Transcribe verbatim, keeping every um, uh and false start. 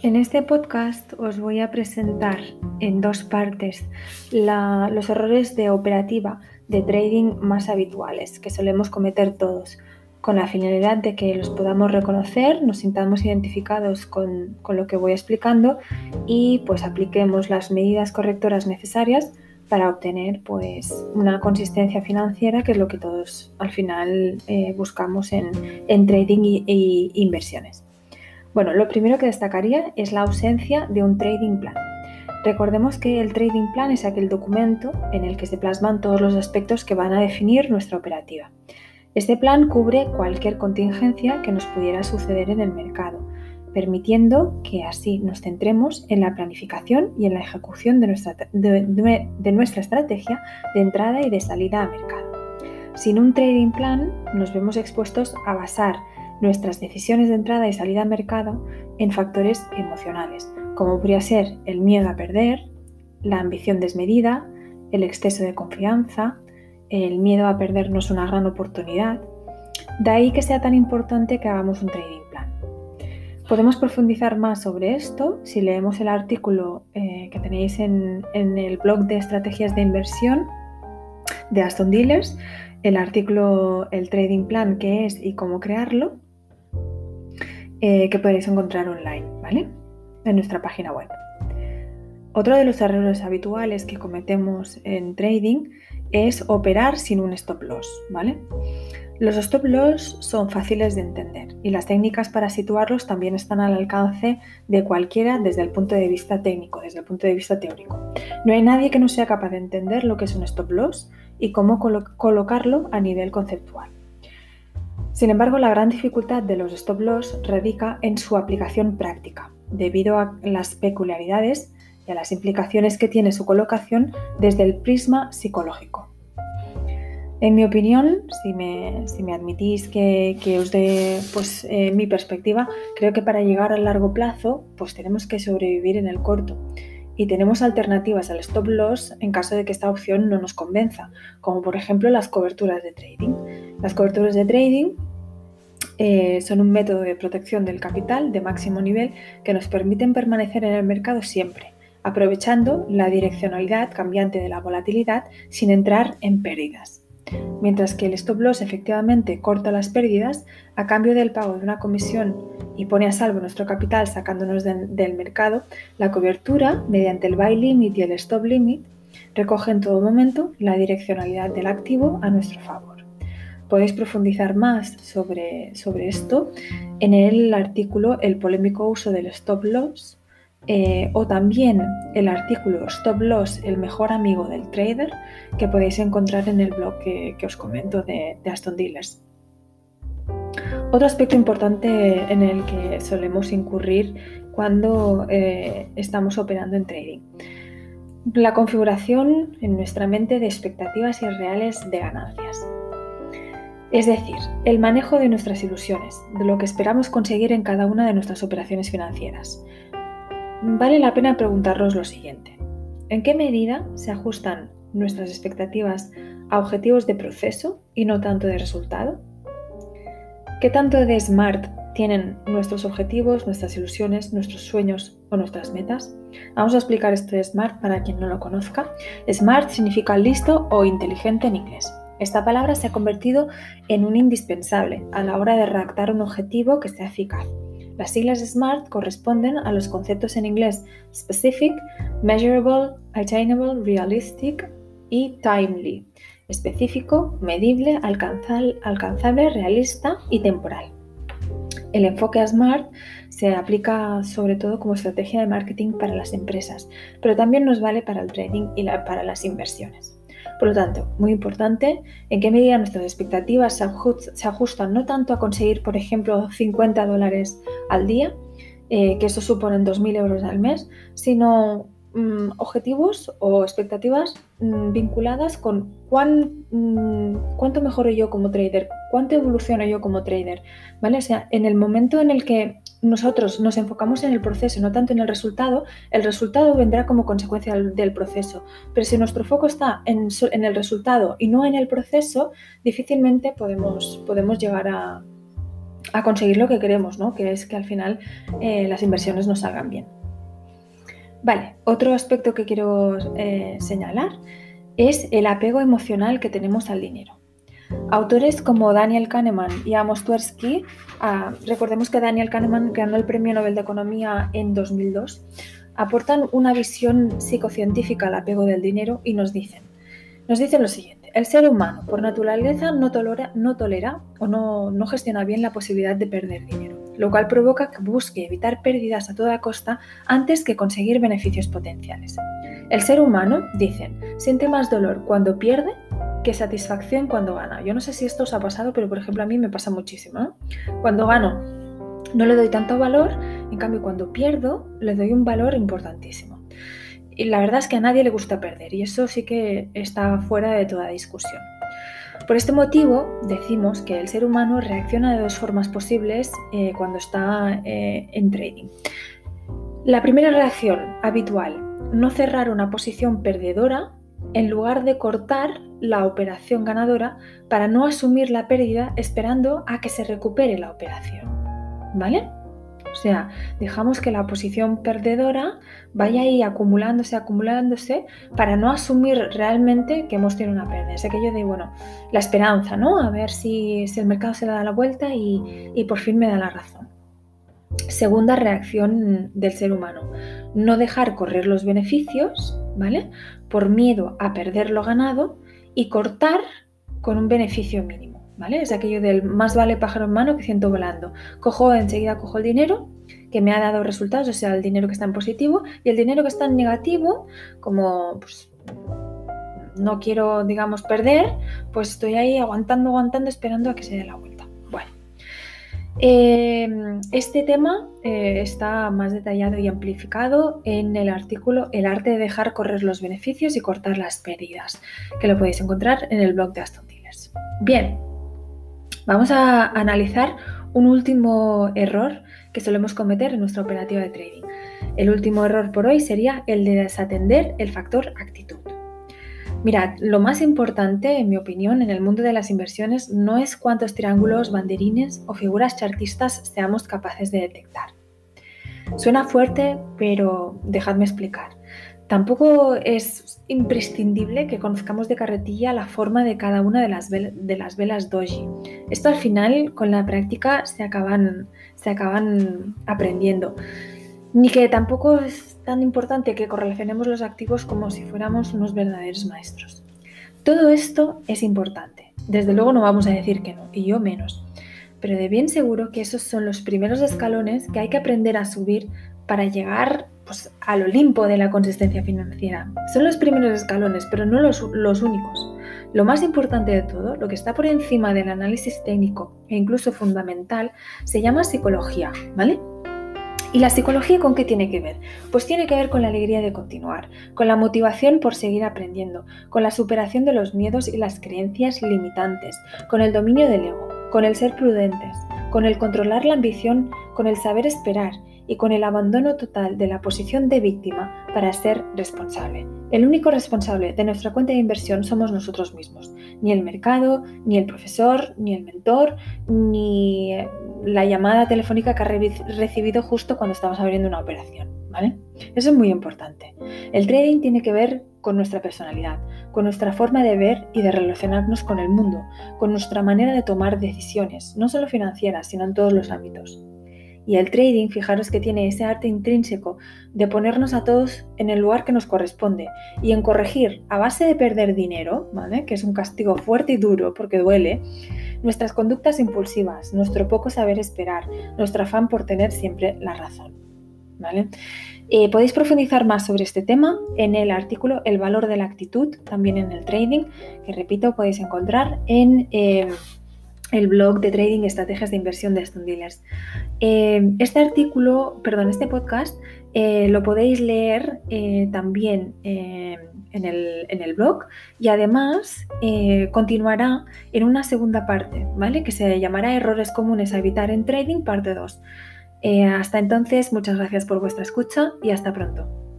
En este podcast os voy a presentar en dos partes la, los errores de operativa de trading más habituales que solemos cometer todos, con la finalidad de que los podamos reconocer, nos sintamos identificados con, con lo que voy explicando y pues apliquemos las medidas correctoras necesarias para obtener pues una consistencia financiera, que es lo que todos al final eh, buscamos en, en trading e inversiones. Bueno, lo primero que destacaría es la ausencia de un trading plan. Recordemos que el trading plan es aquel documento en el que se plasman todos los aspectos que van a definir nuestra operativa. Este plan cubre cualquier contingencia que nos pudiera suceder en el mercado, permitiendo que así nos centremos en la planificación y en la ejecución de nuestra, de, de, de nuestra estrategia de entrada y de salida a mercado. Sin un trading plan, nos vemos expuestos a basar nuestras decisiones de entrada y salida al mercado en factores emocionales, como podría ser el miedo a perder, la ambición desmedida, el exceso de confianza, el miedo a perdernos una gran oportunidad. De ahí que sea tan importante que hagamos un trading plan. Podemos profundizar más sobre esto si leemos el artículo eh, que tenéis en, en el blog de estrategias de inversión de Aston Dealers, el artículo El Trading Plan, qué es y cómo crearlo, eh, que podéis encontrar online, ¿vale? En nuestra página web. Otro de los errores habituales que cometemos en trading es operar sin un stop loss, ¿vale? Los stop loss son fáciles de entender y las técnicas para situarlos también están al alcance de cualquiera desde el punto de vista técnico, desde el punto de vista teórico. No hay nadie que no sea capaz de entender lo que es un stop loss y cómo colo- colocarlo a nivel conceptual. Sin embargo, la gran dificultad de los stop loss radica en su aplicación práctica, debido a las peculiaridades y a las implicaciones que tiene su colocación desde el prisma psicológico. En mi opinión, si me, si me admitís que, que os dé pues, eh, mi perspectiva, creo que para llegar al largo plazo pues tenemos que sobrevivir en el corto. Y tenemos alternativas al stop loss en caso de que esta opción no nos convenza, como por ejemplo las coberturas de trading. Las coberturas de trading eh, son un método de protección del capital de máximo nivel que nos permiten permanecer en el mercado siempre, aprovechando la direccionalidad cambiante de la volatilidad sin entrar en pérdidas. Mientras que el stop loss efectivamente corta las pérdidas a cambio del pago de una comisión y pone a salvo nuestro capital sacándonos de, del mercado, la cobertura, mediante el buy limit y el stop limit, recoge en todo momento la direccionalidad del activo a nuestro favor. Podéis profundizar más sobre, sobre esto en el artículo El polémico uso del stop loss, Eh, o también el artículo Stop Loss, el mejor amigo del trader, que podéis encontrar en el blog que, que os comento de, de Aston Dealers. Otro aspecto importante en el que solemos incurrir cuando eh, estamos operando en trading: la configuración en nuestra mente de expectativas irreales de ganancias. Es decir, el manejo de nuestras ilusiones, de lo que esperamos conseguir en cada una de nuestras operaciones financieras. Vale la pena preguntarnos lo siguiente: ¿en qué medida se ajustan nuestras expectativas a objetivos de proceso y no tanto de resultado? ¿Qué tanto de SMART tienen nuestros objetivos, nuestras ilusiones, nuestros sueños o nuestras metas? Vamos a explicar esto de SMART para quien no lo conozca. SMART significa listo o inteligente en inglés. Esta palabra se ha convertido en un indispensable a la hora de redactar un objetivo que sea eficaz. Las siglas SMART corresponden a los conceptos en inglés Specific, Measurable, Attainable, Realistic y Timely. Específico, medible, alcanzable, realista y temporal. El enfoque SMART se aplica sobre todo como estrategia de marketing para las empresas, pero también nos vale para el trading y la, para las inversiones. Por lo tanto, muy importante, en qué medida nuestras expectativas se ajustan no tanto a conseguir, por ejemplo, cincuenta dólares al día, eh, que eso suponen dos mil euros al mes, sino mmm, objetivos o expectativas mmm, vinculadas con cuán, mmm, cuánto mejoro yo como trader, cuánto evoluciono yo como trader, ¿vale? O sea, en el momento en el que nosotros nos enfocamos en el proceso, no tanto en el resultado, el resultado vendrá como consecuencia del, del proceso. Pero si nuestro foco está en, en el resultado y no en el proceso, difícilmente podemos, podemos llegar a, a conseguir lo que queremos, ¿no? Que es que al final eh, las inversiones nos salgan bien. Vale, otro aspecto que quiero eh, señalar es el apego emocional que tenemos al dinero. Autores como Daniel Kahneman y Amos Tversky, ah, recordemos que Daniel Kahneman ganó el Premio Nobel de Economía en dos mil dos, aportan una visión psicocientífica al apego del dinero y nos dicen, nos dicen lo siguiente: el ser humano por naturaleza no tolera, no tolera o no, no gestiona bien la posibilidad de perder dinero, lo cual provoca que busque evitar pérdidas a toda costa antes que conseguir beneficios potenciales. El ser humano, dicen, siente más dolor cuando pierde que satisfacción cuando gana. Yo no sé si esto os ha pasado, pero por ejemplo a mí me pasa muchísimo, ¿no? Cuando gano no le doy tanto valor, en cambio cuando pierdo le doy un valor importantísimo. Y la verdad es que a nadie le gusta perder y eso sí que está fuera de toda discusión. Por este motivo decimos que el ser humano reacciona de dos formas posibles eh, cuando está eh, en trading. La primera reacción habitual, no cerrar una posición perdedora en lugar de cortar la operación ganadora para no asumir la pérdida esperando a que se recupere la operación, ¿vale? O sea, dejamos que la posición perdedora vaya ahí acumulándose, acumulándose para no asumir realmente que hemos tenido una pérdida. Es aquello de, bueno, la esperanza, ¿no? A ver si, si el mercado se le da la vuelta y, y por fin me da la razón. Segunda reacción del ser humano, no dejar correr los beneficios, ¿vale? Por miedo a perder lo ganado y cortar con un beneficio mínimo, ¿vale? Es aquello del más vale pájaro en mano que ciento volando. Cojo, enseguida cojo el dinero que me ha dado resultados, o sea, el dinero que está en positivo, y el dinero que está en negativo, como pues, no quiero, digamos, perder, pues estoy ahí aguantando, aguantando, esperando a que se dé la vuelta. Bueno. Eh, este tema eh, está más detallado y amplificado en el artículo El arte de dejar correr los beneficios y cortar las pérdidas, que lo podéis encontrar en el blog de Aston Dealers. Bien, vamos a analizar un último error que solemos cometer en nuestra operativa de trading. El último error por hoy sería el de desatender el factor actitud. Mirad, lo más importante, en mi opinión, en el mundo de las inversiones no es cuántos triángulos, banderines o figuras chartistas seamos capaces de detectar. Suena fuerte, pero dejadme explicar. Tampoco es imprescindible que conozcamos de carretilla la forma de cada una de las, vel- de las velas doji. Esto al final, con la práctica, se acaban, se acaban aprendiendo. Ni que tampoco es tan importante que correlacionemos los activos como si fuéramos unos verdaderos maestros. Todo esto es importante. Desde luego no vamos a decir que no, y yo menos. Pero de bien seguro que esos son los primeros escalones que hay que aprender a subir para llegar pues, al Olimpo de la consistencia financiera. Son los primeros escalones, pero no los, los únicos. Lo más importante de todo, lo que está por encima del análisis técnico e incluso fundamental, se llama psicología, ¿vale? ¿Y la psicología con qué tiene que ver? Pues tiene que ver con la alegría de continuar, con la motivación por seguir aprendiendo, con la superación de los miedos y las creencias limitantes, con el dominio del ego, con el ser prudentes, con el controlar la ambición, con el saber esperar y con el abandono total de la posición de víctima para ser responsable. El único responsable de nuestra cuenta de inversión somos nosotros mismos, ni el mercado, ni el profesor, ni el mentor, ni la llamada telefónica que ha re- recibido justo cuando estamos abriendo una operación, ¿vale? Eso es muy importante. El trading tiene que ver con nuestra personalidad, con nuestra forma de ver y de relacionarnos con el mundo, con nuestra manera de tomar decisiones, no solo financieras, sino en todos los ámbitos. Y el trading, fijaros que tiene ese arte intrínseco de ponernos a todos en el lugar que nos corresponde y en corregir a base de perder dinero, ¿vale? Que es un castigo fuerte y duro porque duele, nuestras conductas impulsivas, nuestro poco saber esperar, nuestro afán por tener siempre la razón, ¿vale? Eh, podéis profundizar más sobre este tema en el artículo El valor de la actitud, también en el trading, que repito, podéis encontrar en eh, el blog de Trading Estrategias de Inversión de Aston Dealers. Eh, este artículo, perdón, este podcast eh, lo podéis leer eh, también eh, en, el, en el blog y además eh, continuará en una segunda parte, ¿vale? Que se llamará Errores comunes a evitar en trading, parte dos. Eh, hasta entonces, muchas gracias por vuestra escucha y hasta pronto.